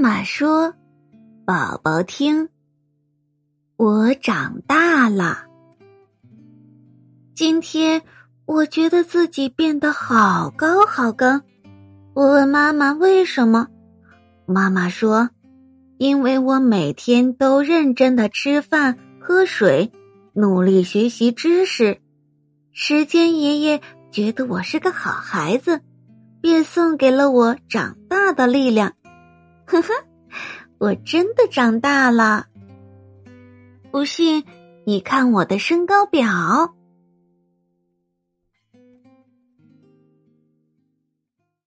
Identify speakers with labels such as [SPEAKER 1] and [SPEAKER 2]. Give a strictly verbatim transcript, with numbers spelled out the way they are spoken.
[SPEAKER 1] 妈说：宝宝听，我长大了。今天我觉得自己变得好高好高，我问妈妈为什么，妈妈说，因为我每天都认真的吃饭喝水，努力学习知识。时间爷爷觉得我是个好孩子，便送给了我长大的力量。呵呵，我真的长大了。不信，你看我的身高表。